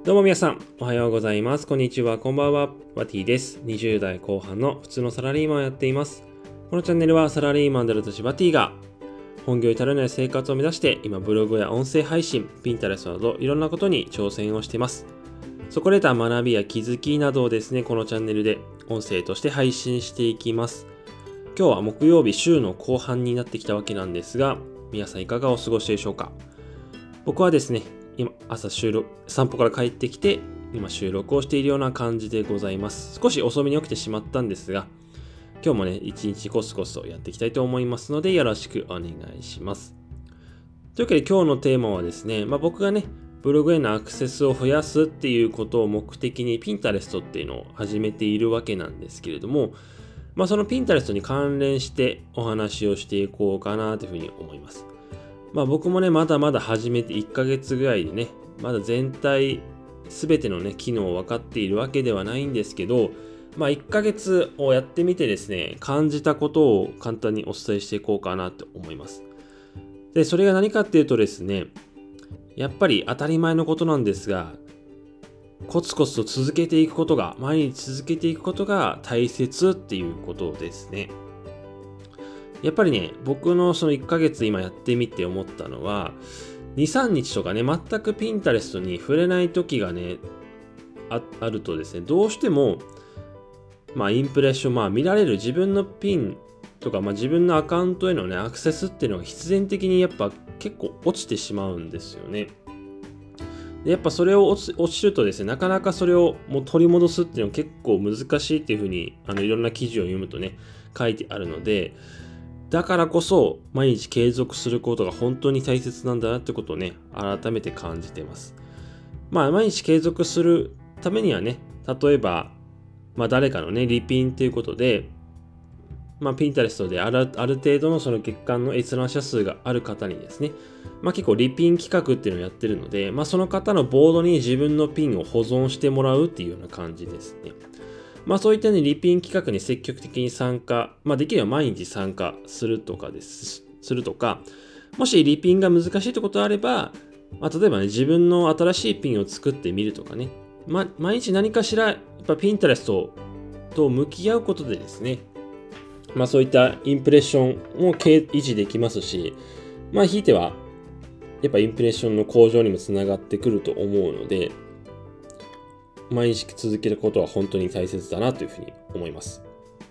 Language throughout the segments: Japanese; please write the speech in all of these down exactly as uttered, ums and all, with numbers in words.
どうも皆さん、おはようございます。こんにちは、こんばんは。バティです。にじゅう代後半の普通のサラリーマンをやっています。このチャンネルはサラリーマンである私バティが本業に足らない生活を目指して今ブログや音声配信、ピンタレストなどいろんなことに挑戦をしています。そこで得た学びや気づきなどをですね、このチャンネルで音声として配信していきます。今日は木曜日、週の後半になってきたわけなんですが、皆さんいかがお過ごしでしょうか。僕はですね、今朝収録、散歩から帰ってきて今収録をしているような感じでございます。少し遅めに起きてしまったんですが、今日もね、一日コツコツとやっていきたいと思いますので、よろしくお願いします。というわけで今日のテーマはですね、まあ、僕がね、ブログへのアクセスを増やすっていうことを目的に Pinterest っていうのを始めているわけなんですけれども、まあ、その Pinterest に関連してお話をしていこうかなというふうに思います。まあ僕もね、まだまだ始めていっかげつぐらいでね、まだ全体全てのね、機能を分かっているわけではないんですけど、まあいっかげつをやってみてですね、感じたことを簡単にお伝えしていこうかなと思います。で、それが何かっていうとですね、やっぱり当たり前のことなんですが、コツコツと続けていくことが、毎日続けていくことが大切っていうことですね。やっぱりね、僕のそのいっかげつ今やってみて思ったのは、に、さんにちとかね、全く Pinterest に触れない時がね、あ, あるとですね、どうしても、まあ、インプレッション、まあ、見られる自分のピンとか、まあ、自分のアカウントへのね、アクセスっていうのが必然的にやっぱ結構落ちてしまうんですよね。でやっぱそれを落ち、落ちるとですね、なかなかそれをもう取り戻すっていうのは結構難しいっていうふうに、あの、いろんな記事を読むとね、書いてあるので、だからこそ毎日継続することが本当に大切なんだなってことをね、改めて感じています。まあ毎日継続するためにはね、例えば、まあ誰かのね、リピンっていうことで、まあ Pinterest である、ある程度のその月間の閲覧者数がある方にですね、まあ結構リピン企画っていうのをやってるので、まあその方のボードに自分のピンを保存してもらうっていうような感じですね。まあそういったね、リピン企画に積極的に参加、まあできれば毎日参加するとかです、するとか、もしリピンが難しいってことがあれば、まあ例えばね、自分の新しいピンを作ってみるとかね、まあ毎日何かしら、やっぱ Pinterest と向き合うことでですね、まあそういったインプレッションも維持できますし、まあひいては、やっぱインプレッションの向上にもつながってくると思うので、毎日続けることは本当に大切だなというふうに思います。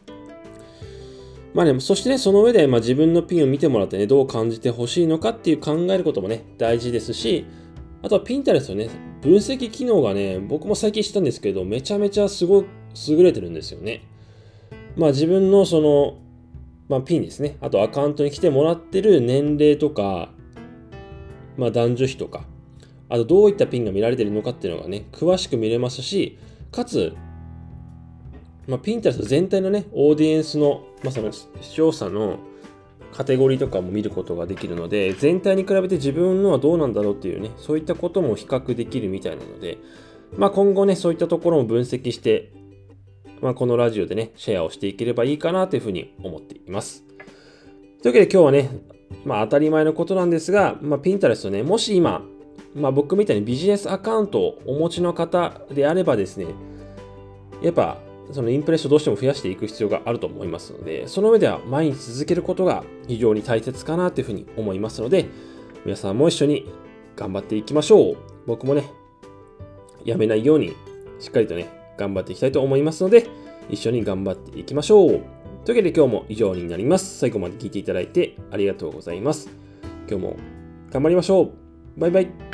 まあね、そしてね、その上で、まあ、自分のピンを見てもらってね、どう感じてほしいのかっていう考えることもね、大事ですし、あとは Pinterest のね、分析機能がね、僕も最近知ったんですけど、めちゃめちゃすごい優れてるんですよね。まあ自分のその、まあピンですね、あとアカウントに来てもらってる年齢とか、まあ男女比とか、あとどういったピンが見られているのかっていうのがね、詳しく見れますし、かつ、まあ、Pinterest 全体のね、オーディエンスの、まあ、その視聴者のカテゴリーとかも見ることができるので、全体に比べて自分のはどうなんだろうっていうね、そういったことも比較できるみたいなので、まあ今後ね、そういったところも分析して、まあこのラジオでね、シェアをしていければいいかなというふうに思っています。というわけで今日はね、まあ当たり前のことなんですが、まあ Pinterest ね、もし今、まあ僕みたいにビジネスアカウントをお持ちの方であればですね、やっぱそのインプレッションどうしても増やしていく必要があると思いますので、その上では毎日続けることが非常に大切かなというふうに思いますので、皆さんも一緒に頑張っていきましょう。僕もね、やめないようにしっかりとね、頑張っていきたいと思いますので、一緒に頑張っていきましょう。というわけで今日も以上になります。最後まで聞いていただいてありがとうございます。今日も頑張りましょう。バイバイ。